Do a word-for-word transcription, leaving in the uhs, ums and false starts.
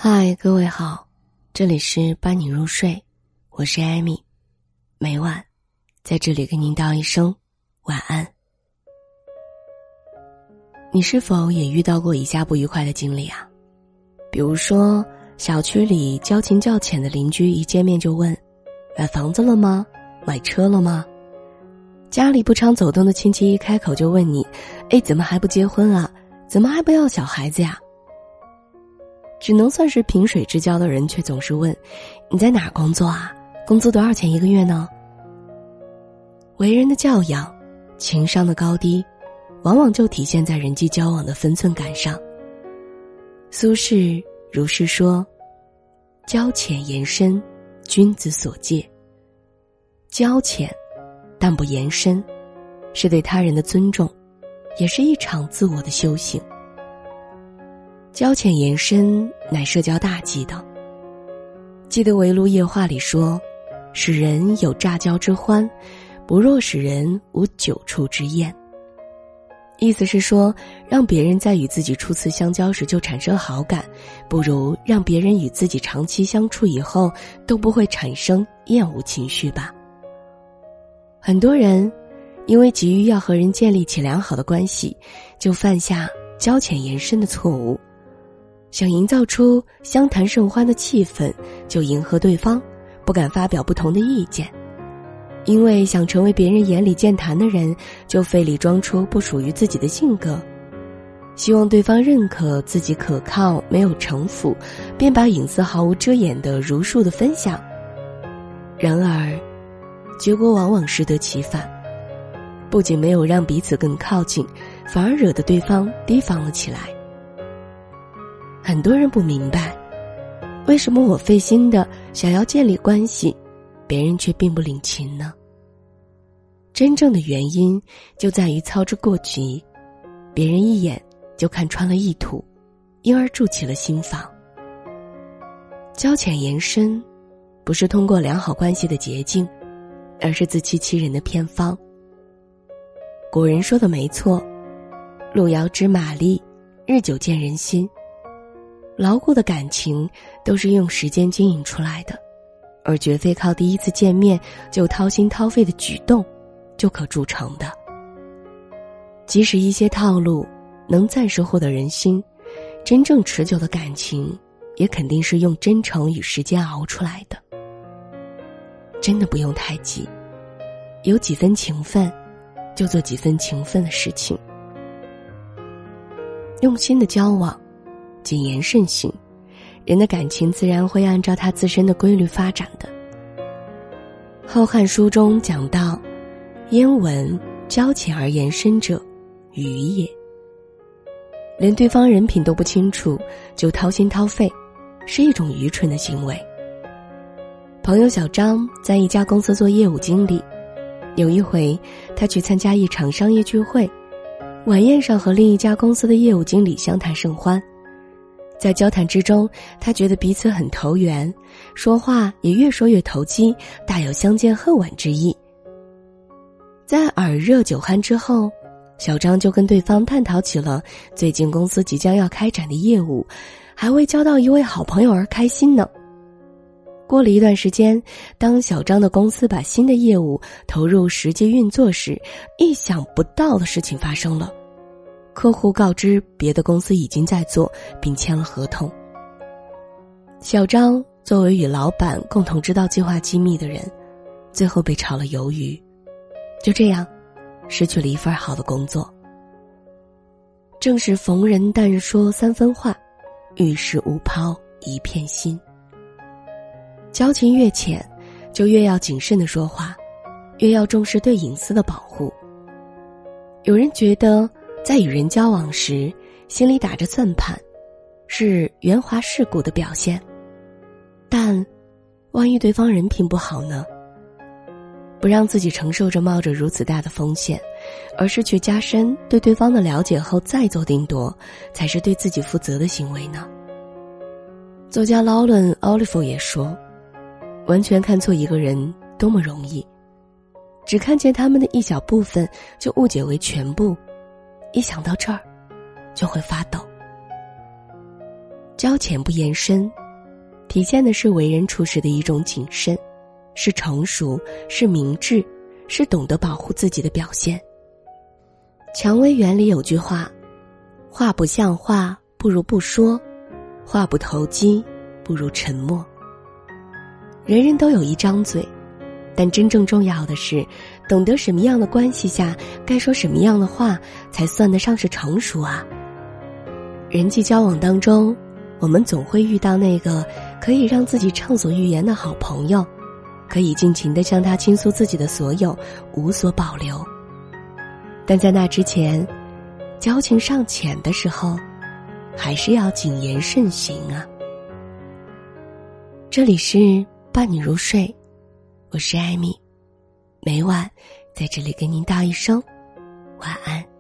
嗨，各位好，这里是伴你入睡，我是艾米，每晚在这里跟您道一声晚安。你是否也遇到过以下不愉快的经历啊？比如说，小区里交情较浅的邻居一见面就问：买房子了吗？买车了吗？家里不常走动的亲戚一开口就问你：哎，怎么还不结婚啊？怎么还不要小孩子呀？只能算是萍水之交的人，却总是问：你在哪儿工作啊？工资多少钱一个月呢？为人的教养，情商的高低，往往就体现在人际交往的分寸感上。苏轼如是说：交浅言深，君子所戒。交浅但不言深，是对他人的尊重，也是一场自我的修行。交浅言深乃社交大忌的。记得围炉夜话里说：使人有乍交之欢，不若使人无久处之厌。意思是说，让别人在与自己初次相交时就产生好感，不如让别人与自己长期相处以后都不会产生厌恶情绪吧。很多人因为急于要和人建立起良好的关系，就犯下交浅言深的错误。想营造出相谈甚欢的气氛，就迎合对方，不敢发表不同的意见。因为想成为别人眼里健谈的人，就费力装出不属于自己的性格，希望对方认可自己可靠，没有城府，便把隐私毫无遮掩地如数的分享。然而结果往往适得其反，不仅没有让彼此更靠近，反而惹得对方提防了起来。很多人不明白，为什么我费心的想要建立关系，别人却并不领情呢？真正的原因就在于操之过急，别人一眼就看穿了意图，因而筑起了心防。交浅言深，不是通过良好关系的捷径，而是自欺欺人的偏方。古人说的没错，路遥知马力，日久见人心。牢固的感情都是用时间经营出来的，而绝非靠第一次见面就掏心掏肺的举动就可铸成的。即使一些套路能暂时获得人心，真正持久的感情也肯定是用真诚与时间熬出来的。真的不用太急，有几分情分就做几分情分的事情，用心的交往，谨言慎行，人的感情自然会按照他自身的规律发展的。后汉书中讲到：燕闻交浅而言深者，愚也。连对方人品都不清楚就掏心掏肺，是一种愚蠢的行为。朋友小张在一家公司做业务经理，有一回他去参加一场商业聚会，晚宴上和另一家公司的业务经理相谈甚欢。在交谈之中，他觉得彼此很投缘，说话也越说越投机，大有相见恨晚之意。在耳热酒酣之后，小张就跟对方探讨起了最近公司即将要开展的业务，还为交到一位好朋友而开心呢。过了一段时间，当小张的公司把新的业务投入实际运作时，意想不到的事情发生了。客户告知别的公司已经在做并签了合同。小张作为与老板共同知道计划机密的人，最后被炒了鱿鱼，就这样失去了一份好的工作。正是逢人但说三分话，遇事勿抛一片心。交情越浅，就越要谨慎地说话，越要重视对隐私的保护。有人觉得在与人交往时心里打着算盘，是圆滑世故的表现，但万一对方人品不好呢？不让自己承受着冒着如此大的风险，而是去加深对对方的了解后再做定夺，才是对自己负责的行为呢。作家劳伦·奥利弗也说，完全看错一个人多么容易，只看见他们的一小部分就误解为全部，一想到这儿就会发抖。 交浅不言深，体现的是为人处事的一种谨慎，是成熟，是明智，是懂得保护自己的表现。蔷薇园里有句话，话不像话不如不说，话不投机不如沉默。人人都有一张嘴，但真正重要的是懂得什么样的关系下该说什么样的话才算得上是成熟啊。人际交往当中，我们总会遇到那个可以让自己畅所欲言的好朋友，可以尽情地向他倾诉自己的所有，无所保留。但在那之前，交情尚浅的时候，还是要谨言慎行啊。这里是伴你入睡，我是艾米，每晚在这里跟您道一声晚安。